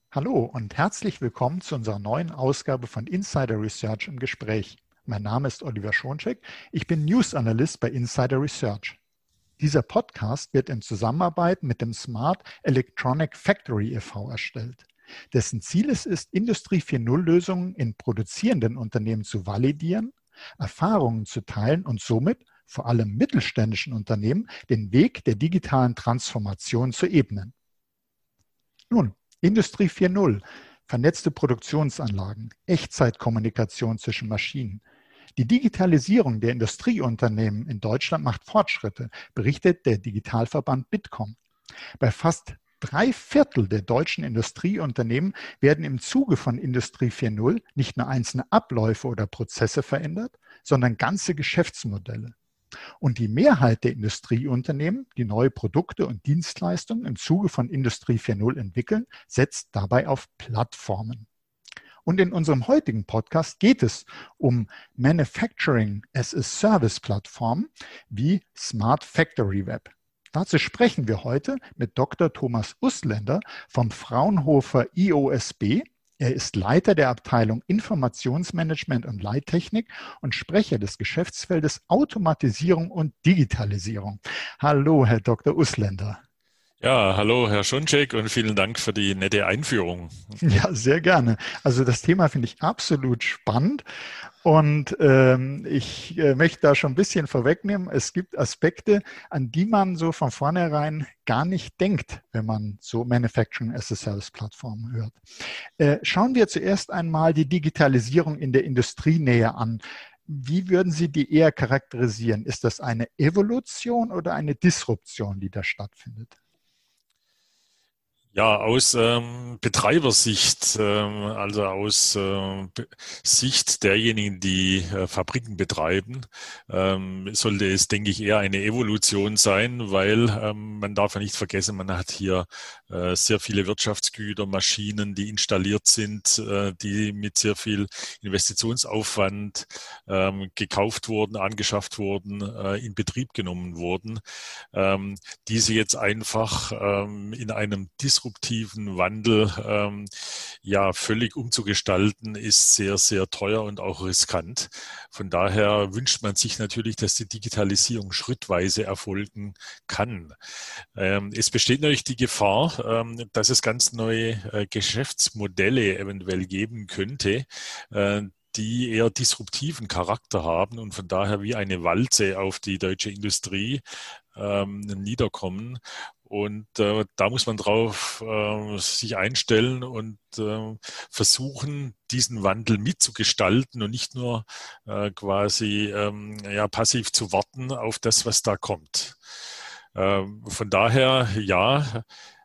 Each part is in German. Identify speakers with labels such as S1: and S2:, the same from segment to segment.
S1: Hallo und herzlich willkommen zu unserer neuen Ausgabe von Insider Research im Gespräch. Mein Name ist Oliver Schoncheck, ich bin News Analyst bei Insider Research. Dieser Podcast wird in Zusammenarbeit mit dem Smart Electronic Factory e.V. erstellt. Dessen Ziel es ist, Industrie 4.0 Lösungen in produzierenden Unternehmen zu validieren, Erfahrungen zu teilen und somit vor allem mittelständischen Unternehmen den Weg der digitalen Transformation zu ebnen. Nun, Industrie 4.0, vernetzte Produktionsanlagen, Echtzeitkommunikation zwischen Maschinen. Die Digitalisierung der Industrieunternehmen in Deutschland macht Fortschritte, berichtet der Digitalverband Bitkom. Bei fast 3/4 der deutschen Industrieunternehmen werden im Zuge von Industrie 4.0 nicht nur einzelne Abläufe oder Prozesse verändert, sondern ganze Geschäftsmodelle. Und die Mehrheit der Industrieunternehmen, die neue Produkte und Dienstleistungen im Zuge von Industrie 4.0 entwickeln, setzt dabei auf Plattformen. Und in unserem heutigen Podcast geht es um Manufacturing as a Service Plattformen wie Smart Factory Web. Dazu sprechen wir heute mit Dr. Thomas Usländer vom Fraunhofer IOSB. Er ist Leiter der Abteilung Informationsmanagement und Leittechnik und Sprecher des Geschäftsfeldes Automatisierung und Digitalisierung. Hallo, Herr Dr. Usländer.
S2: Ja, hallo Herr Schoncheck und vielen Dank für die nette Einführung.
S1: Ja, sehr gerne. Also das Thema finde ich absolut spannend und ich möchte da schon ein bisschen vorwegnehmen. Es gibt Aspekte, an die man so von vornherein gar nicht denkt, wenn man so Manufacturing as a Service Plattform hört. Schauen wir zuerst einmal die Digitalisierung in der Industrie näher an. Wie würden Sie die eher charakterisieren? Ist das eine Evolution oder eine Disruption, die da stattfindet?
S2: Ja, aus Betreibersicht, also aus Sicht derjenigen, die Fabriken betreiben, sollte es, denke ich, eher eine Evolution sein, weil man darf ja nicht vergessen, man hat hier sehr viele Wirtschaftsgüter, Maschinen, die installiert sind, die mit sehr viel Investitionsaufwand gekauft wurden, angeschafft wurden, in Betrieb genommen wurden, diese jetzt einfach in einem disruptiven Wandel ja völlig umzugestalten, ist sehr, sehr teuer und auch riskant. Von daher wünscht man sich natürlich, dass die Digitalisierung schrittweise erfolgen kann. Es besteht natürlich die Gefahr, dass es ganz neue Geschäftsmodelle eventuell geben könnte, die eher disruptiven Charakter haben und von daher wie eine Walze auf die deutsche Industrie niederkommen. Und da muss man drauf sich einstellen und versuchen, diesen Wandel mitzugestalten und nicht nur quasi ja, passiv zu warten auf das, was da kommt. Von daher, ja,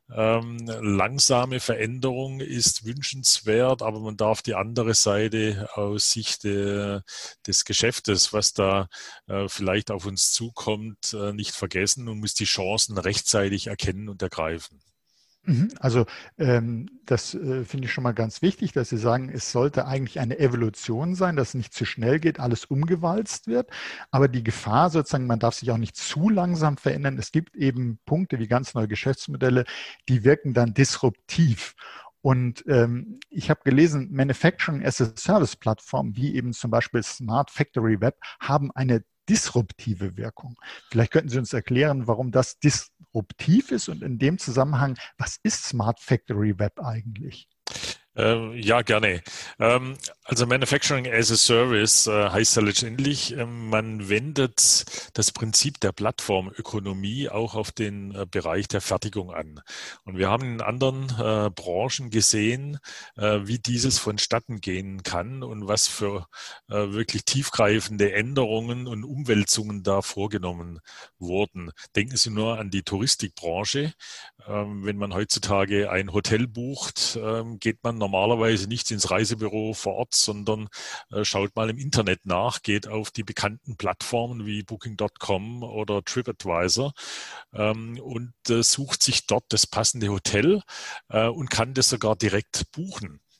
S2: langsame Veränderung ist wünschenswert, aber man darf die andere Seite aus Sicht des Geschäftes, was da vielleicht auf uns zukommt, nicht vergessen und muss die Chancen rechtzeitig erkennen und ergreifen.
S1: Also das finde ich schon mal ganz wichtig, dass Sie sagen, es sollte eigentlich eine Evolution sein, dass es nicht zu schnell geht, alles umgewalzt wird. Aber die Gefahr sozusagen, man darf sich auch nicht zu langsam verändern. Es gibt eben Punkte wie ganz neue Geschäftsmodelle, die wirken dann disruptiv. Und ich habe gelesen, Manufacturing as a Service Plattform, wie eben zum Beispiel Smart Factory Web, haben eine disruptive Wirkung. Vielleicht könnten Sie uns erklären, warum das disruptiv ist und in dem Zusammenhang, was ist Smart Factory Web eigentlich?
S2: Ja, gerne. Also Manufacturing as a Service heißt ja letztendlich, man wendet das Prinzip der Plattformökonomie auch auf den Bereich der Fertigung an. Und wir haben in anderen Branchen gesehen, wie dieses vonstatten gehen kann und was für wirklich tiefgreifende Änderungen und Umwälzungen da vorgenommen wurden. Denken Sie nur an die Touristikbranche. Wenn man heutzutage ein Hotel bucht, geht man normalerweise nicht ins Reisebüro vor Ort, sondern schaut mal im Internet nach, geht auf die bekannten Plattformen wie Booking.com oder TripAdvisor und sucht sich dort das passende Hotel und kann das sogar direkt buchen.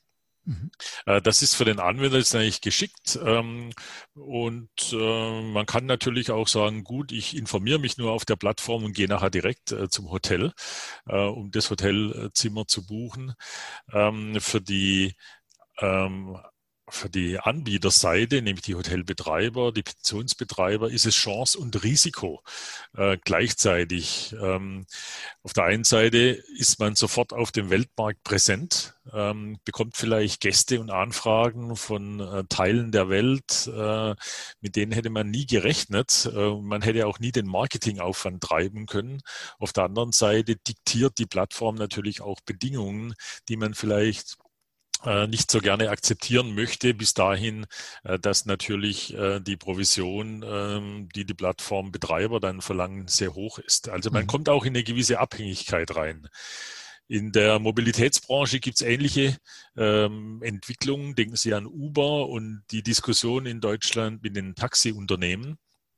S1: Mhm.
S2: Das ist für den Anwender jetzt eigentlich geschickt. Und man kann natürlich auch sagen, gut, ich informiere mich nur auf der Plattform und gehe nachher direkt zum Hotel, um das Hotelzimmer zu buchen. Ähm, für die ähm, für die Anbieterseite, nämlich die Hotelbetreiber, die Pensionsbetreiber, ist es Chance und Risiko gleichzeitig. Auf der einen Seite ist man sofort auf dem Weltmarkt präsent, bekommt vielleicht Gäste und Anfragen von Teilen der Welt, mit denen hätte man nie gerechnet. Man hätte auch nie den Marketingaufwand treiben können. Auf der anderen Seite diktiert die Plattform natürlich auch Bedingungen, die man vielleicht nicht so gerne akzeptieren möchte, bis dahin, dass natürlich die Provision, die die Plattformbetreiber dann verlangen, sehr hoch ist. Also man
S1: Mhm.
S2: kommt auch in eine gewisse Abhängigkeit rein. In der Mobilitätsbranche gibt es ähnliche Entwicklungen. Denken Sie an Uber und die Diskussion in Deutschland mit den Taxiunternehmen.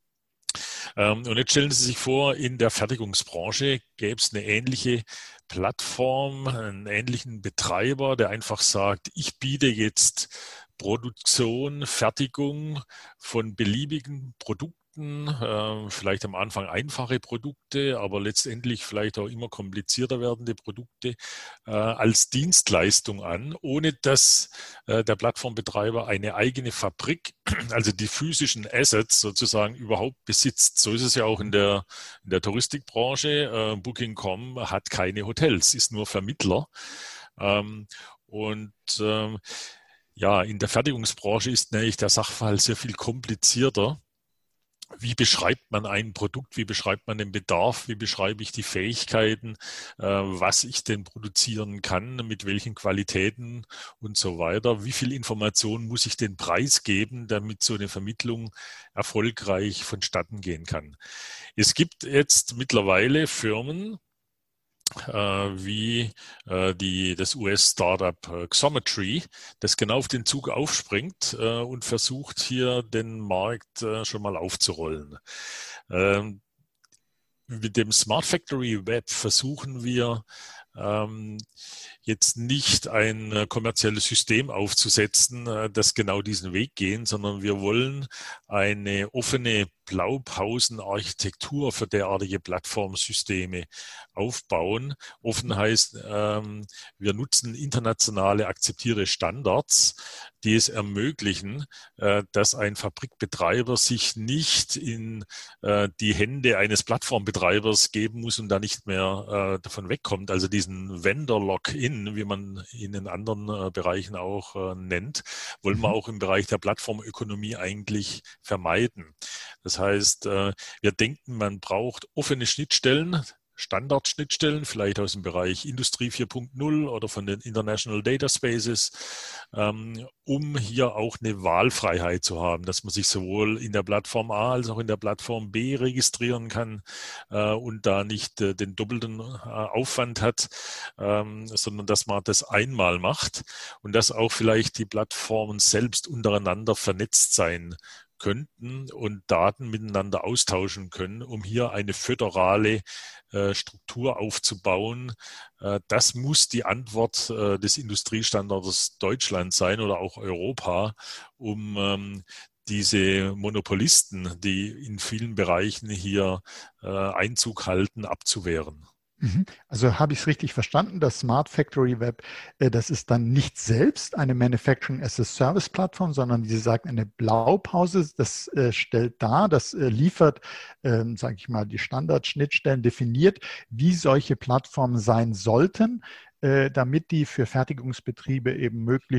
S2: Und jetzt stellen Sie sich vor, in der Fertigungsbranche gäbe es eine ähnliche Plattform, einen ähnlichen Betreiber, der einfach sagt, ich biete jetzt Produktion, Fertigung von beliebigen Produkten, vielleicht am Anfang einfache Produkte, aber letztendlich vielleicht auch immer komplizierter werdende Produkte als Dienstleistung an, ohne dass der Plattformbetreiber eine eigene Fabrik, also die physischen Assets sozusagen überhaupt besitzt. So ist es ja auch in der Touristikbranche. Booking.com hat keine Hotels, ist nur Vermittler. Ähm, und ja, in der Fertigungsbranche ist nämlich der Sachverhalt sehr viel komplizierter. Wie beschreibt man ein Produkt? Wie beschreibt man den Bedarf? Wie beschreibe ich die Fähigkeiten, was ich denn produzieren kann, mit welchen Qualitäten und so weiter? Wie viel Information muss ich den Preis geben, damit so eine Vermittlung erfolgreich vonstatten gehen kann? Es gibt jetzt mittlerweile Firmen, wie das US-Startup Xometry, das genau auf den Zug aufspringt und versucht hier den Markt schon mal aufzurollen. Ähm, mit dem Smart Factory Web versuchen wir ähm, jetzt nicht ein kommerzielles System aufzusetzen, das genau diesen Weg geht, sondern wir wollen eine offene Blaupausenarchitektur für derartige Plattformsysteme aufbauen. Offen heißt, wir nutzen internationale akzeptierte Standards, die es ermöglichen, dass ein Fabrikbetreiber sich nicht in die Hände eines Plattformbetreibers geben muss und da nicht mehr davon wegkommt. Also diesen Vendor-Lock-in, wie man ihn in anderen Bereichen auch nennt, wollen wir
S1: Mhm.
S2: auch im Bereich der Plattformökonomie eigentlich vermeiden. Das heißt, wir denken, man braucht offene Schnittstellen, Standardschnittstellen, vielleicht aus dem Bereich Industrie 4.0 oder von den International Data Spaces, um hier auch eine Wahlfreiheit zu haben, dass man sich sowohl in der Plattform A als auch in der Plattform B registrieren kann und da nicht den doppelten Aufwand hat, sondern dass man das einmal macht und dass auch vielleicht die Plattformen selbst untereinander vernetzt sein könnten und Daten miteinander austauschen können, um hier eine föderale Struktur aufzubauen. Das muss die Antwort des Industriestandortes Deutschland sein oder auch Europa, um diese Monopolisten, die in vielen Bereichen hier Einzug halten, abzuwehren.
S1: Mhm. Also habe ich es richtig verstanden, das Smart Factory Web, das ist dann nicht selbst eine Manufacturing as a Service Plattform, sondern wie Sie sagen, eine Blaupause, das stellt dar, das liefert, sage ich mal, die Standardschnittstellen, definiert, wie solche Plattformen sein sollten, damit die für Fertigungsbetriebe eben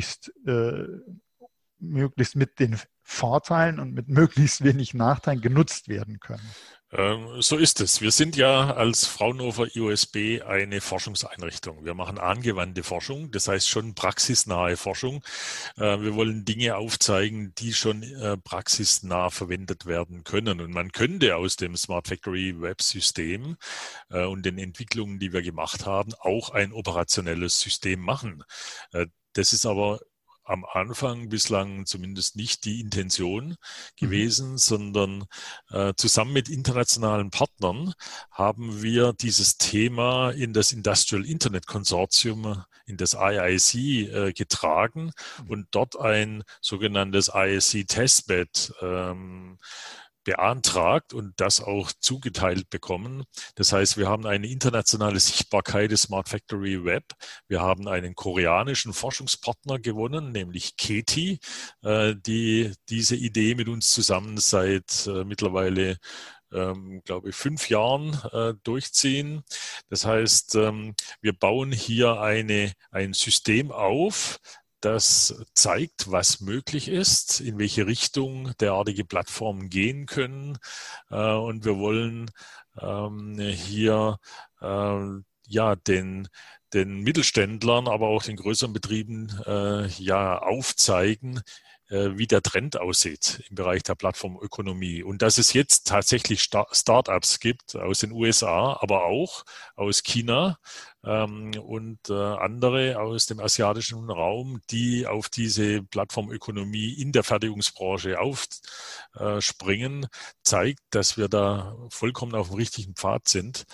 S1: möglichst mit den Vorteilen und mit möglichst wenig Nachteilen genutzt werden können.
S2: So ist es. Wir sind ja als Fraunhofer IOSB eine Forschungseinrichtung. Wir machen angewandte Forschung, das heißt schon praxisnahe Forschung. Wir wollen Dinge aufzeigen, die schon praxisnah verwendet werden können. Und man könnte aus dem Smart Factory Web System und den Entwicklungen, die wir gemacht haben, auch ein operationelles System machen. Das ist aber am Anfang bislang zumindest nicht die Intention gewesen, sondern zusammen mit internationalen Partnern haben wir dieses Thema in das Industrial Internet Consortium, in das IIC getragen und dort ein sogenanntes IIC Testbed beantragt und das auch zugeteilt bekommen. Das heißt, wir haben eine internationale Sichtbarkeit des Smart Factory Web. Wir haben einen koreanischen Forschungspartner gewonnen, nämlich KETI, die diese Idee mit uns zusammen seit mittlerweile glaube ich, 5 Jahren durchziehen. Das heißt, wir bauen hier ein System auf, das zeigt, was möglich ist, in welche Richtung derartige Plattformen gehen können. Und wir wollen hier ja den Mittelständlern, aber auch den größeren Betrieben ja aufzeigen, wie der Trend aussieht im Bereich der Plattformökonomie. Und dass es jetzt tatsächlich Startups gibt aus den USA, aber auch aus China und andere aus dem asiatischen Raum, die auf diese Plattformökonomie in der Fertigungsbranche aufspringen, zeigt, dass wir da vollkommen auf dem richtigen Pfad sind.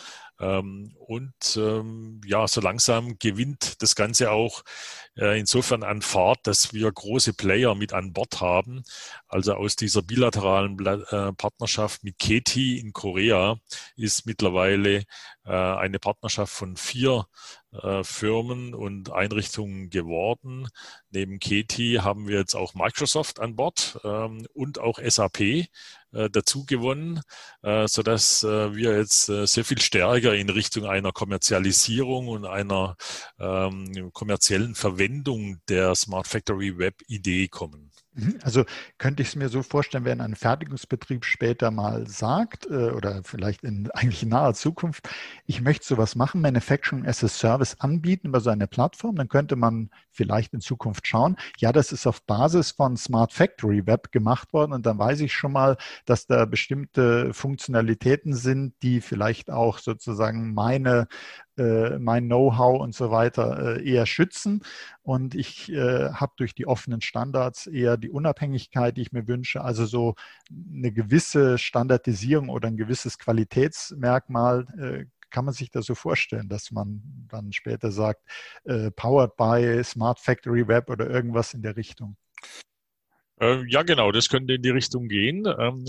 S2: Ja, so langsam gewinnt das Ganze auch insofern an Fahrt, dass wir große Player mit an Bord haben. Also aus dieser bilateralen Partnerschaft mit KETI in Korea ist mittlerweile eine Partnerschaft von 4 Firmen und Einrichtungen geworden. Neben KETI haben wir jetzt auch Microsoft an Bord und auch SAP dazu gewonnen, sodass wir jetzt sehr viel stärker in Richtung einer Kommerzialisierung und einer kommerziellen Verwendung der Smart Factory Web Idee kommen.
S1: Also könnte ich es mir so vorstellen, wenn ein Fertigungsbetrieb später mal sagt, oder vielleicht eigentlich in naher Zukunft, ich möchte sowas machen, Manufacturing as a Service anbieten über so eine Plattform, dann könnte man vielleicht in Zukunft schauen, ja, das ist auf Basis von Smart Factory Web gemacht worden und dann weiß ich schon mal, dass da bestimmte Funktionalitäten sind, die vielleicht auch sozusagen mein Know-how und so weiter eher schützen. Und ich habe durch die offenen Standards eher die Unabhängigkeit, die ich mir wünsche. Also so eine gewisse Standardisierung oder ein gewisses Qualitätsmerkmal kann man sich das so vorstellen, dass man dann später sagt, powered by Smart Factory Web oder irgendwas in der Richtung.
S2: Ja, genau, das könnte in die Richtung gehen.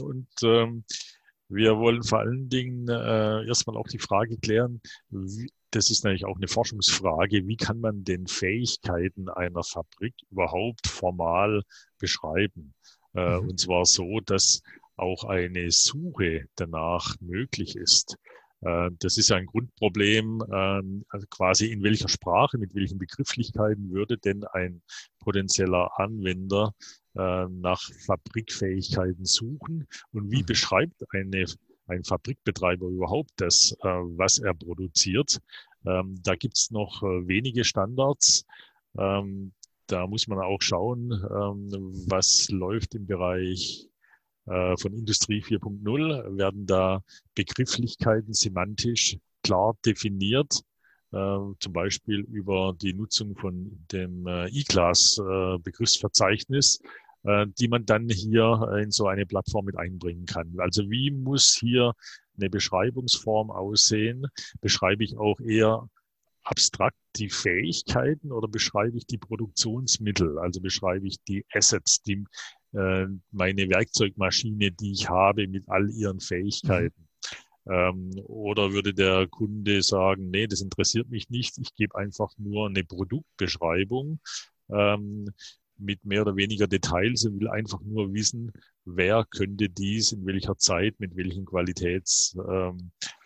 S2: Wir wollen vor allen Dingen erstmal auch die Frage klären, das ist natürlich auch eine Forschungsfrage, wie kann man denn Fähigkeiten einer Fabrik überhaupt formal beschreiben? Und zwar so, dass auch eine Suche danach möglich ist. Das ist ja ein Grundproblem, also quasi in welcher Sprache, mit welchen Begrifflichkeiten würde denn ein potenzieller Anwender nach Fabrikfähigkeiten suchen und wie beschreibt ein Fabrikbetreiber überhaupt das, was er produziert. Da gibt's noch wenige Standards. Da muss man auch schauen, was läuft im Bereich von Industrie 4.0. Werden da Begrifflichkeiten semantisch klar definiert, zum Beispiel über die Nutzung von dem E-Class-Begriffsverzeichnis, die man dann hier in so eine Plattform mit einbringen kann. Also wie muss hier eine Beschreibungsform aussehen? Beschreibe ich auch eher abstrakt die Fähigkeiten oder beschreibe ich die Produktionsmittel? Also beschreibe ich die Assets, meine Werkzeugmaschine, die ich habe mit all ihren Fähigkeiten? Oder würde der Kunde sagen, nee, das interessiert mich nicht, ich gebe einfach nur eine Produktbeschreibung mit mehr oder weniger Details und will einfach nur wissen, wer könnte dies in welcher Zeit, mit welchen Qualitätszielen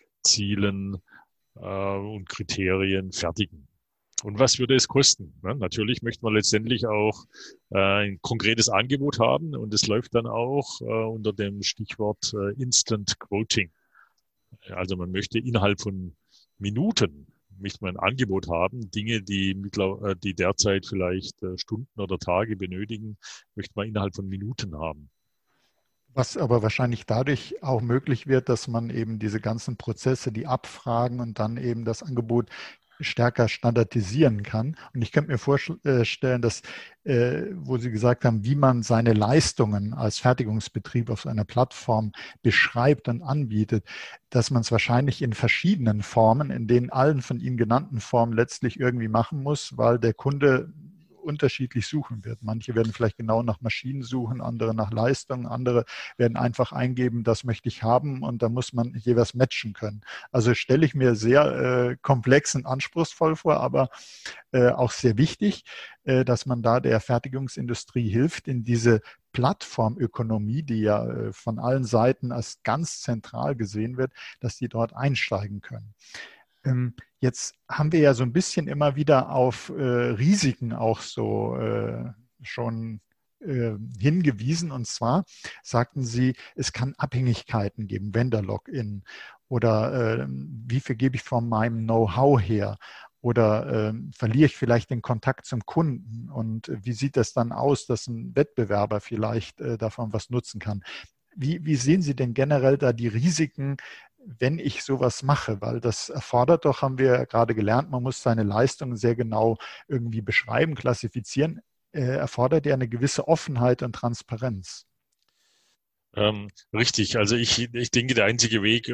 S2: und Kriterien fertigen. Und was würde es kosten? Natürlich möchten wir letztendlich auch ein konkretes Angebot haben und es läuft dann auch unter dem Stichwort Instant Quoting. Also man möchte innerhalb von Minuten möchte man ein Angebot haben. Dinge, die derzeit vielleicht Stunden oder Tage benötigen, möchte man innerhalb von Minuten haben.
S1: Was aber wahrscheinlich dadurch auch möglich wird, dass man eben diese ganzen Prozesse, die Abfragen und dann eben das Angebot stärker standardisieren kann. Und ich könnte mir vorstellen, dass, wo Sie gesagt haben, wie man seine Leistungen als Fertigungsbetrieb auf einer Plattform beschreibt und anbietet, dass man es wahrscheinlich in verschiedenen Formen, in den allen von Ihnen genannten Formen letztlich irgendwie machen muss, weil der Kunde unterschiedlich suchen wird. Manche werden vielleicht genau nach Maschinen suchen, andere nach Leistung, andere werden einfach eingeben, das möchte ich haben und da muss man jeweils matchen können. Also stelle ich mir sehr komplex und anspruchsvoll vor, aber auch sehr wichtig, dass man da der Fertigungsindustrie hilft, in diese Plattformökonomie, die ja von allen Seiten als ganz zentral gesehen wird, dass die dort einsteigen können. Jetzt haben wir ja so ein bisschen immer wieder auf Risiken auch so schon hingewiesen. Und zwar sagten Sie, es kann Abhängigkeiten geben, Vendor-Login oder wie viel gebe ich von meinem Know-how her? Oder verliere ich vielleicht den Kontakt zum Kunden? Und wie sieht das dann aus, dass ein Wettbewerber vielleicht davon was nutzen kann? Wie sehen Sie denn generell da die Risiken, wenn ich sowas mache? Weil das erfordert doch, haben wir ja gerade gelernt, man muss seine Leistungen sehr genau irgendwie beschreiben, klassifizieren, erfordert ja eine gewisse Offenheit und Transparenz.
S2: Richtig, also ich denke, der einzige Weg,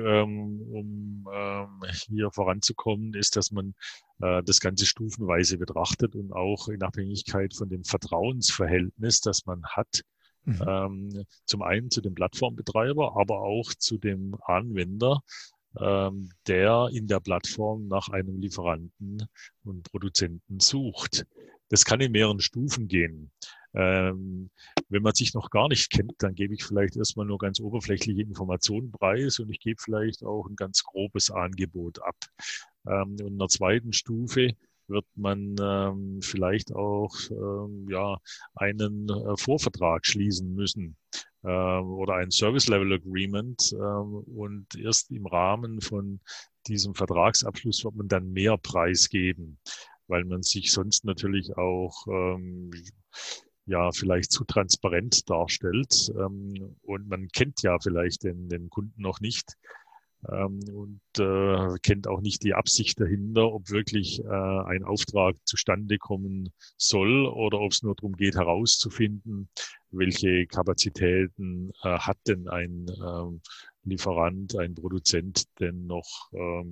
S2: hier voranzukommen, ist, dass man das Ganze stufenweise betrachtet und auch in Abhängigkeit von dem Vertrauensverhältnis, das man hat,
S1: Mhm.
S2: zum einen zu dem Plattformbetreiber, aber auch zu dem Anwender, der in der Plattform nach einem Lieferanten und Produzenten sucht. Das kann in mehreren Stufen gehen. Wenn man sich noch gar nicht kennt, dann gebe ich vielleicht erstmal nur ganz oberflächliche Informationen preis und ich gebe vielleicht auch ein ganz grobes Angebot ab. Und in der zweiten Stufe wird man vielleicht auch ja, einen Vorvertrag schließen müssen oder ein Service Level Agreement. Und erst im Rahmen von diesem Vertragsabschluss wird man dann mehr Preis geben, weil man sich sonst natürlich auch ja vielleicht zu transparent darstellt. Und man kennt ja vielleicht den Kunden noch nicht und kennt auch nicht die Absicht dahinter, ob wirklich ein Auftrag zustande kommen soll oder ob es nur darum geht, herauszufinden, welche Kapazitäten hat denn ein Lieferant, ein Produzent denn noch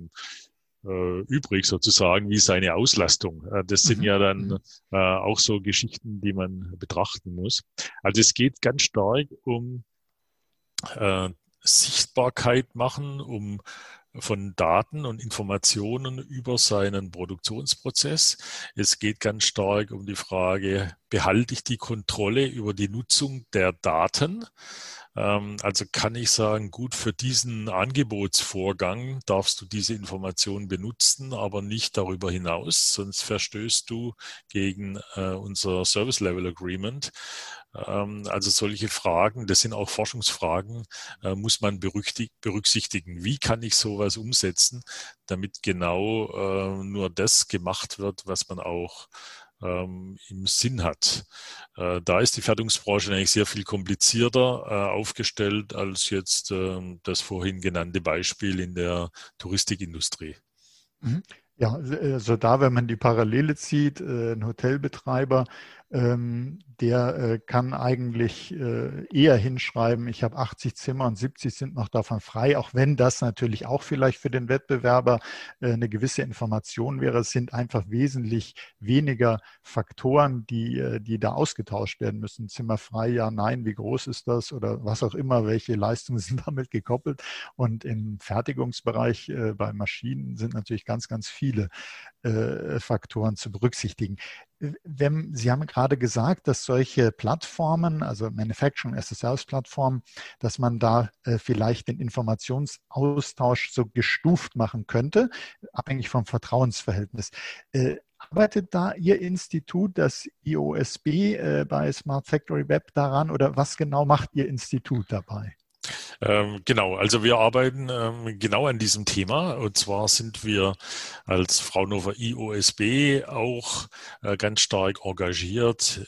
S2: übrig sozusagen, wie seine Auslastung. Das sind
S1: Mhm.
S2: ja dann
S1: Mhm.
S2: auch so Geschichten, die man betrachten muss. Also es geht ganz stark um äh, Sichtbarkeit machen, um von Daten und Informationen über seinen Produktionsprozess. Es geht ganz stark um die Frage, behalte ich die Kontrolle über die Nutzung der Daten? Also kann ich sagen, gut, für diesen Angebotsvorgang darfst du diese Information benutzen, aber nicht darüber hinaus, sonst verstößt du gegen unser Service Level Agreement. Also solche Fragen, das sind auch Forschungsfragen, muss man berücksichtigen. Wie kann ich sowas umsetzen, damit genau nur das gemacht wird, was man auch im Sinn hat. Da ist die Fertigungsbranche eigentlich sehr viel komplizierter aufgestellt als jetzt das vorhin genannte Beispiel in der Touristikindustrie.
S1: Mhm. Ja, also da, wenn man die Parallele zieht, ein Hotelbetreiber, der kann eigentlich eher hinschreiben, ich habe 80 Zimmer und 70 sind noch davon frei, auch wenn das natürlich auch vielleicht für den Wettbewerber eine gewisse Information wäre. Es sind einfach wesentlich weniger Faktoren, die da ausgetauscht werden müssen. Zimmer frei, ja, nein, wie groß ist das oder was auch immer, welche Leistungen sind damit gekoppelt. Und im Fertigungsbereich bei Maschinen sind natürlich ganz, ganz viele Faktoren zu berücksichtigen. Sie haben gerade gesagt, dass solche Plattformen, also Manufacturing as a Service Plattformen, dass man da vielleicht den Informationsaustausch so gestuft machen könnte, abhängig vom Vertrauensverhältnis. Arbeitet da Ihr Institut, das IOSB, bei Smart Factory Web daran oder was genau macht Ihr Institut dabei?
S2: Genau, also wir arbeiten genau an diesem Thema. Und zwar sind wir als Fraunhofer IOSB auch ganz stark engagiert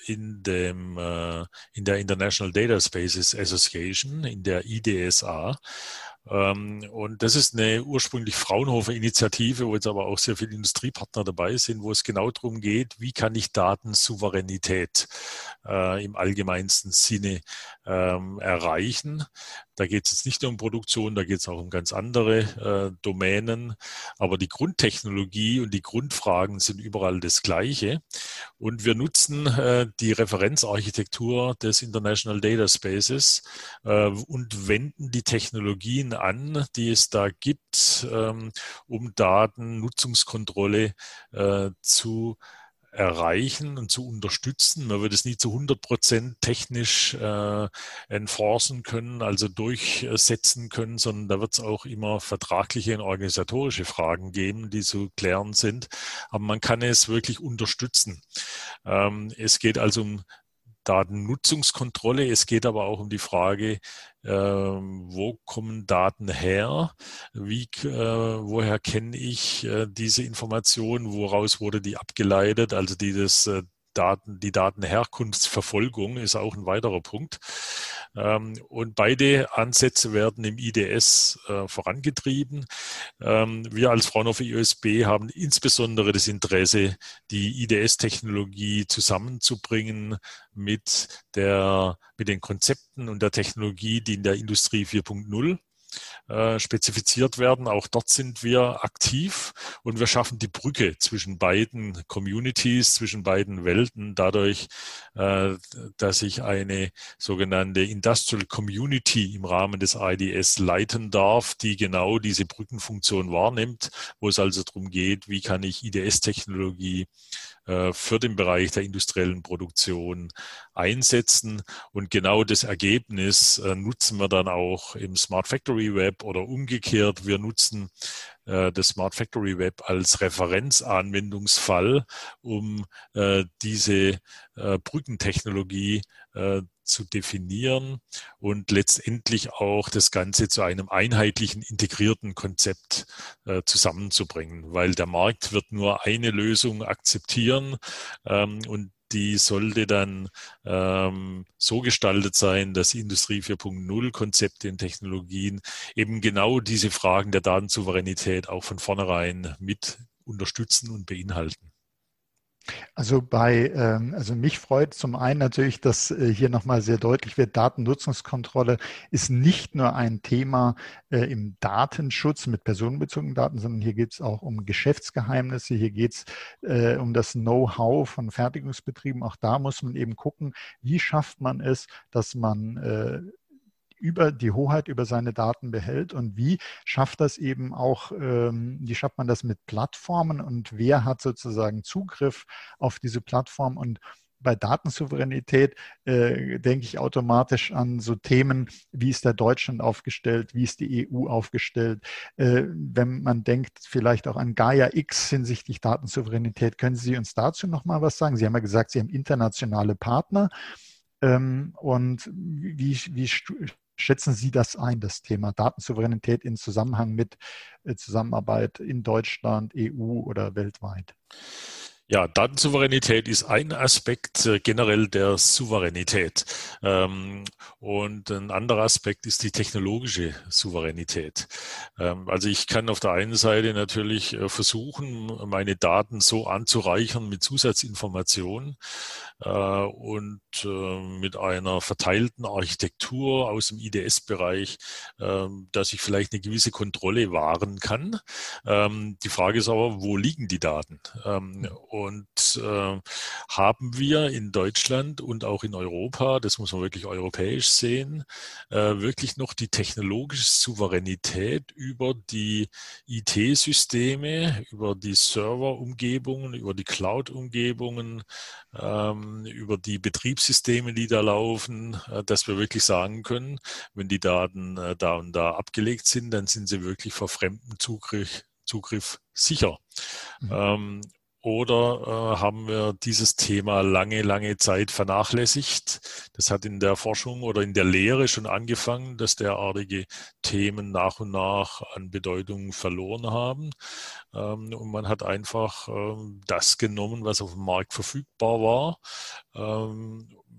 S2: in der International Data Spaces Association, in der IDSA. Und das ist eine ursprünglich Fraunhofer-Initiative, wo jetzt aber auch sehr viele Industriepartner dabei sind, wo es genau darum geht, wie kann ich Datensouveränität im allgemeinsten Sinne erreichen. Da geht es jetzt nicht nur um Produktion, da geht es auch um ganz andere Domänen. Aber die Grundtechnologie und die Grundfragen sind überall das Gleiche. Und wir nutzen die Referenzarchitektur des International Data Spaces und wenden die Technologien an, die es da gibt, um Datennutzungskontrolle zu erreichen und zu unterstützen. Man wird es nie zu 100% technisch enforcen können, also durchsetzen können, sondern da wird es auch immer vertragliche und organisatorische Fragen geben, die zu klären sind. Aber man kann es wirklich unterstützen. Es geht also um Datennutzungskontrolle. Es geht aber auch um die Frage, wo kommen Daten her? Woher kenne ich diese Information? Woraus wurde die abgeleitet? Also die Datenherkunftsverfolgung ist auch ein weiterer Punkt. Und beide Ansätze werden im IDS vorangetrieben. Wir als Fraunhofer IOSB haben insbesondere das Interesse, die IDS-Technologie zusammenzubringen mit den Konzepten und der Technologie, die in der Industrie 4.0 spezifiziert werden. Auch dort sind wir aktiv und wir schaffen die Brücke zwischen beiden Communities, zwischen beiden Welten dadurch, dass ich eine sogenannte Industrial Community im Rahmen des IDS leiten darf, die genau diese Brückenfunktion wahrnimmt, wo es also darum geht, wie kann ich IDS-Technologie für den Bereich der industriellen Produktion einsetzen. Und genau das Ergebnis nutzen wir dann auch im Smart Factory Web oder umgekehrt. Wir nutzen das Smart Factory Web als Referenzanwendungsfall, um diese Brückentechnologie zu definieren und letztendlich auch das Ganze zu einem einheitlichen, integrierten Konzept zusammenzubringen, weil der Markt wird nur eine Lösung akzeptieren und die sollte dann so gestaltet sein, dass Industrie 4.0 Konzepte und Technologien eben genau diese Fragen der Datensouveränität auch von vornherein mit unterstützen und beinhalten.
S1: Also mich freut zum einen natürlich, dass hier nochmal sehr deutlich wird, Datennutzungskontrolle ist nicht nur ein Thema im Datenschutz mit personenbezogenen Daten, sondern hier geht es auch um Geschäftsgeheimnisse, hier geht es um das Know-how von Fertigungsbetrieben. Auch da muss man eben gucken, wie schafft man es, dass man über die Hoheit über seine Daten behält und wie schafft das eben auch, wie schafft man das mit Plattformen und wer hat sozusagen Zugriff auf diese Plattform und bei Datensouveränität denke ich automatisch an so Themen, wie ist der Deutschland aufgestellt, wie ist die EU aufgestellt. Wenn man denkt vielleicht auch an Gaia X hinsichtlich Datensouveränität, können Sie uns dazu noch mal was sagen? Sie haben ja gesagt, Sie haben internationale Partner. Und wie schätzen Sie das ein, das Thema Datensouveränität in Zusammenhang mit Zusammenarbeit in Deutschland, EU oder weltweit?
S2: Ja, Datensouveränität ist ein Aspekt generell der Souveränität. Und ein anderer Aspekt ist die technologische Souveränität. Also ich kann auf der einen Seite natürlich versuchen, meine Daten so anzureichern mit Zusatzinformationen und mit einer verteilten Architektur aus dem IDS-Bereich, dass ich vielleicht eine gewisse Kontrolle wahren kann. Die Frage ist aber, wo liegen die Daten? Und haben wir in Deutschland und auch in Europa, das muss man wirklich europäisch sehen, wirklich noch die technologische Souveränität über die IT-Systeme, über die Serverumgebungen, über die Cloud-Umgebungen, über die Betriebssysteme, die da laufen, dass wir wirklich sagen können, wenn die Daten da und da abgelegt sind, dann sind sie wirklich vor fremdem Zugriff sicher.
S1: Mhm.
S2: Oder haben wir dieses Thema lange Zeit vernachlässigt? Das hat in der Forschung oder in der Lehre schon angefangen, dass derartige Themen nach und nach an Bedeutung verloren haben. Und man hat einfach das genommen, was auf dem Markt verfügbar war.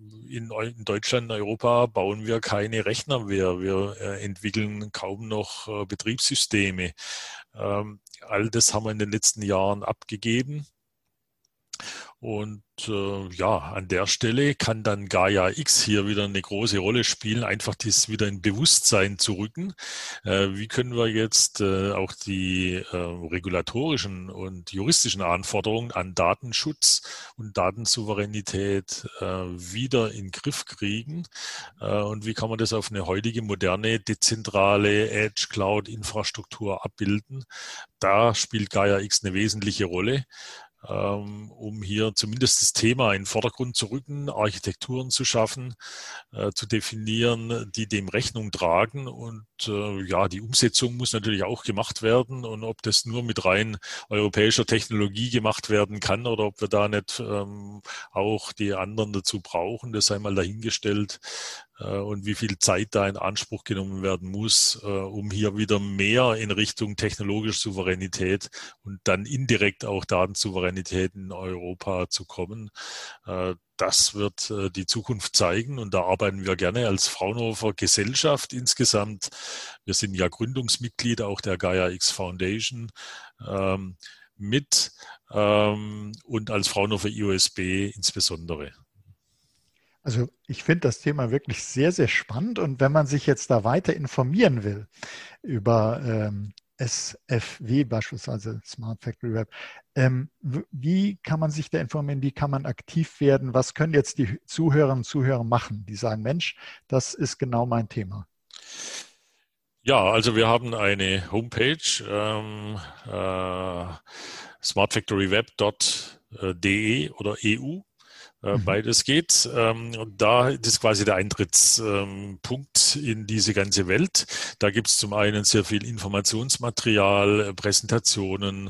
S2: in Deutschland, Europa bauen wir keine Rechner mehr. Wir entwickeln kaum noch Betriebssysteme. All das haben wir in den letzten Jahren abgegeben. Und an der Stelle kann dann Gaia X hier wieder eine große Rolle spielen, einfach das wieder in Bewusstsein zu rücken. Wie können wir jetzt auch die regulatorischen und juristischen Anforderungen an Datenschutz und Datensouveränität wieder in den Griff kriegen? Und wie kann man das auf eine heutige, moderne, dezentrale Edge-Cloud-Infrastruktur abbilden? Da spielt Gaia X eine wesentliche Rolle, um hier zumindest das Thema in den Vordergrund zu rücken, Architekturen zu schaffen, zu definieren, die dem Rechnung tragen. Und die Umsetzung muss natürlich auch gemacht werden. Und ob das nur mit rein europäischer Technologie gemacht werden kann oder ob wir da nicht auch die anderen dazu brauchen, das sei mal dahingestellt. Und wie viel Zeit da in Anspruch genommen werden muss, um hier wieder mehr in Richtung technologische Souveränität und dann indirekt auch Datensouveränität in Europa zu kommen. Das wird die Zukunft zeigen und da arbeiten wir gerne als Fraunhofer Gesellschaft insgesamt. Wir sind ja Gründungsmitglied auch der Gaia X Foundation mit und als Fraunhofer IOSB insbesondere.
S1: Also ich finde das Thema wirklich sehr, sehr spannend und wenn man sich jetzt da weiter informieren will über SFW beispielsweise, Smart Factory Web, wie kann man sich da informieren, wie kann man aktiv werden, was können jetzt die Zuhörerinnen und Zuhörer machen, die sagen, Mensch, das ist genau mein Thema?
S2: Ja, also wir haben eine Homepage, smartfactoryweb.de oder EU. Beides geht. Und da ist quasi der Eintrittspunkt in diese ganze Welt. Da gibt es zum einen sehr viel Informationsmaterial, Präsentationen,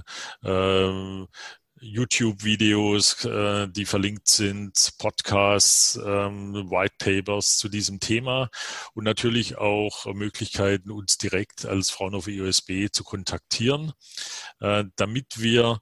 S2: YouTube-Videos, die verlinkt sind, Podcasts, White Papers zu diesem Thema und natürlich auch Möglichkeiten, uns direkt als Fraunhofer IOSB zu kontaktieren, damit wir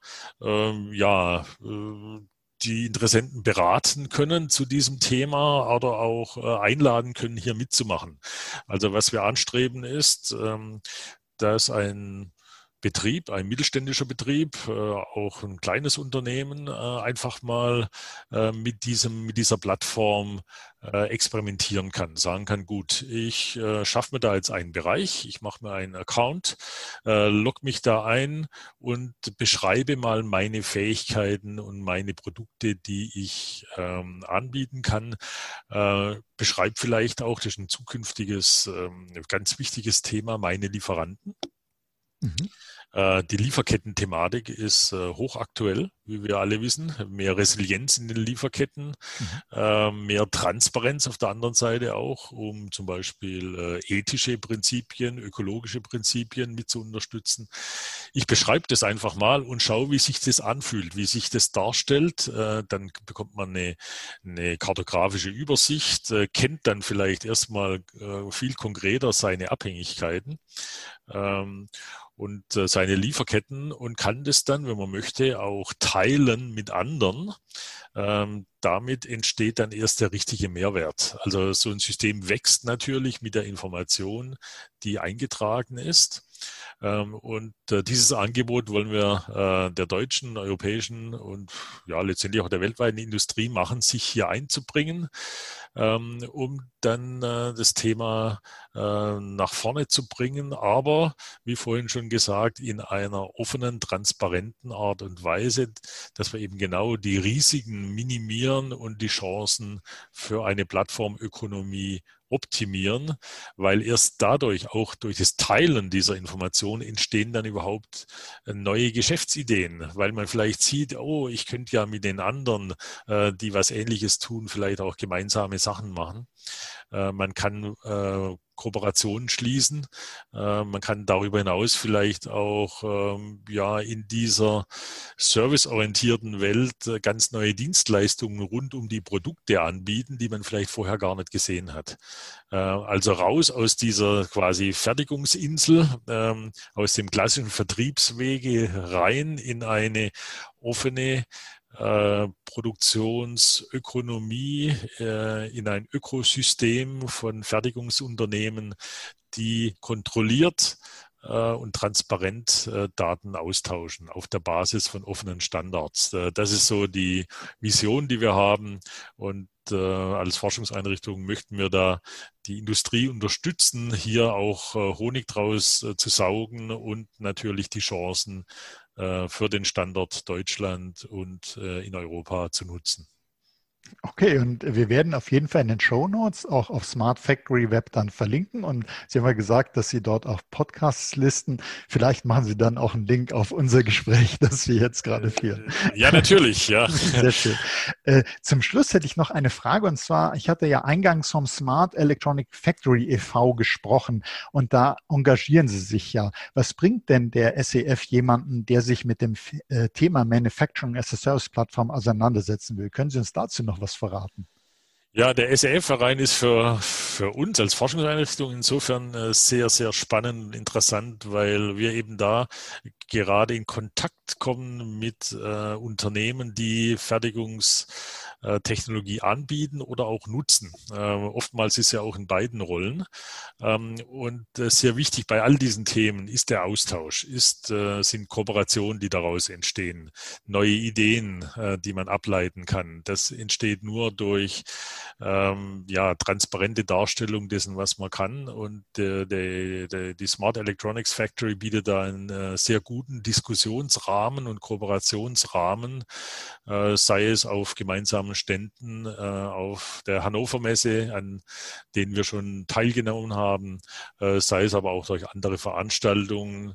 S2: die Interessenten beraten können zu diesem Thema oder auch einladen können, hier mitzumachen. Also was wir anstreben ist, dass ein mittelständischer Betrieb, auch ein kleines Unternehmen, einfach mal mit dieser Plattform experimentieren kann. Sagen kann, gut, ich schaffe mir da jetzt einen Bereich, ich mache mir einen Account, logge mich da ein und beschreibe mal meine Fähigkeiten und meine Produkte, die ich anbieten kann. Beschreibe vielleicht auch, das ist ein zukünftiges, ganz wichtiges Thema, meine Lieferanten. Mhm. Die Lieferketten-Thematik ist hochaktuell, wie wir alle wissen. Mehr Resilienz in den Lieferketten, mehr Transparenz auf der anderen Seite auch, um zum Beispiel ethische Prinzipien, ökologische Prinzipien mit zu unterstützen. Ich beschreibe das einfach mal und schaue, wie sich das anfühlt, wie sich das darstellt. Dann bekommt man eine kartografische Übersicht, kennt dann vielleicht erstmal viel konkreter seine Abhängigkeiten. Und seine Lieferketten und kann das dann, wenn man möchte, auch teilen mit anderen. Damit entsteht dann erst der richtige Mehrwert. Also so ein System wächst natürlich mit der Information, die eingetragen ist. Und dieses Angebot wollen wir der deutschen, europäischen und letztendlich auch der weltweiten Industrie machen, sich hier einzubringen, um dann das Thema nach vorne zu bringen, aber wie vorhin schon gesagt, in einer offenen, transparenten Art und Weise, dass wir eben genau die Risiken minimieren und die Chancen für eine Plattformökonomie optimieren, weil erst dadurch, auch durch das Teilen dieser Informationen, entstehen dann überhaupt neue Geschäftsideen, weil man vielleicht sieht, oh, ich könnte ja mit den anderen, die was Ähnliches tun, vielleicht auch gemeinsame Sachen machen. Man kann Kooperationen schließen. Man kann darüber hinaus vielleicht auch in dieser serviceorientierten Welt ganz neue Dienstleistungen rund um die Produkte anbieten, die man vielleicht vorher gar nicht gesehen hat. Also raus aus dieser quasi Fertigungsinsel, aus dem klassischen Vertriebswege rein in eine offene, Produktionsökonomie in ein Ökosystem von Fertigungsunternehmen, die kontrolliert und transparent Daten austauschen auf der Basis von offenen Standards. Das ist so die Vision, die wir haben. Und als Forschungseinrichtung möchten wir da die Industrie unterstützen, hier auch Honig draus zu saugen und natürlich die Chancen für den Standort Deutschland und in Europa zu nutzen.
S1: Okay, und wir werden auf jeden Fall in den Shownotes auch auf Smart Factory Web dann verlinken. Und Sie haben ja gesagt, dass Sie dort auch Podcasts listen. Vielleicht machen Sie dann auch einen Link auf unser Gespräch, das wir jetzt gerade führen.
S2: Ja, natürlich, ja.
S1: Sehr schön. Zum Schluss hätte ich noch eine Frage, und zwar, ich hatte ja eingangs vom Smart Electronic Factory e.V. gesprochen und da engagieren Sie sich ja. Was bringt denn der SEF jemanden, der sich mit dem Thema Manufacturing as a Service Plattform auseinandersetzen will? Können Sie uns dazu noch was verraten?
S2: Ja, der SEF-Verein ist für uns als Forschungseinrichtung insofern sehr, sehr spannend und interessant, weil wir eben da gerade in Kontakt kommen mit Unternehmen, die Fertigungstechnologie anbieten oder auch nutzen. Oftmals ist ja auch in beiden Rollen. Und sehr wichtig bei all diesen Themen ist der Austausch, sind Kooperationen, die daraus entstehen, neue Ideen, die man ableiten kann. Das entsteht nur durch transparente Darstellung dessen, was man kann. Und die Smart Electronics Factory bietet da einen sehr guten Diskussionsrahmen und Kooperationsrahmen, sei es auf gemeinsamen Ständen auf der Hannover Messe, an denen wir schon teilgenommen haben, sei es aber auch durch andere Veranstaltungen,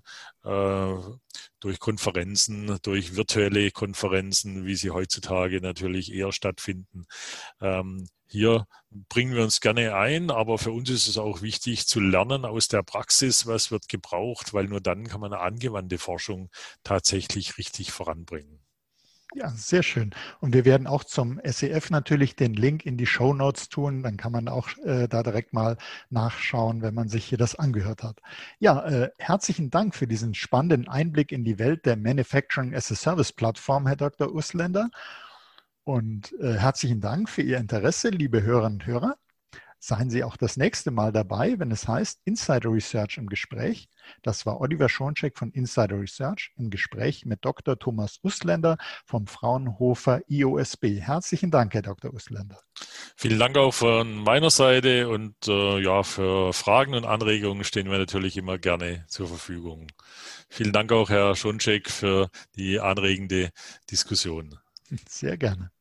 S2: durch Konferenzen, durch virtuelle Konferenzen, wie sie heutzutage natürlich eher stattfinden. Hier bringen wir uns gerne ein, aber für uns ist es auch wichtig zu lernen aus der Praxis, was wird gebraucht, weil nur dann kann man eine angewandte Forschung tatsächlich richtig voranbringen.
S1: Ja, sehr schön. Und wir werden auch zum SEF natürlich den Link in die Shownotes tun. Dann kann man auch da direkt mal nachschauen, wenn man sich hier das angehört hat. Ja, herzlichen Dank für diesen spannenden Einblick in die Welt der Manufacturing as a Service Plattform, Herr Dr. Usländer. Und herzlichen Dank für Ihr Interesse, liebe Hörerinnen und Hörer. Seien Sie auch das nächste Mal dabei, wenn es heißt Insider Research im Gespräch. Das war Oliver Schoncheck von Insider Research im Gespräch mit Dr. Thomas Usländer vom Fraunhofer IOSB. Herzlichen Dank, Herr Dr. Usländer.
S2: Vielen Dank auch von meiner Seite und für Fragen und Anregungen stehen wir natürlich immer gerne zur Verfügung. Vielen Dank auch, Herr Schoncheck, für die anregende Diskussion.
S1: Sehr gerne.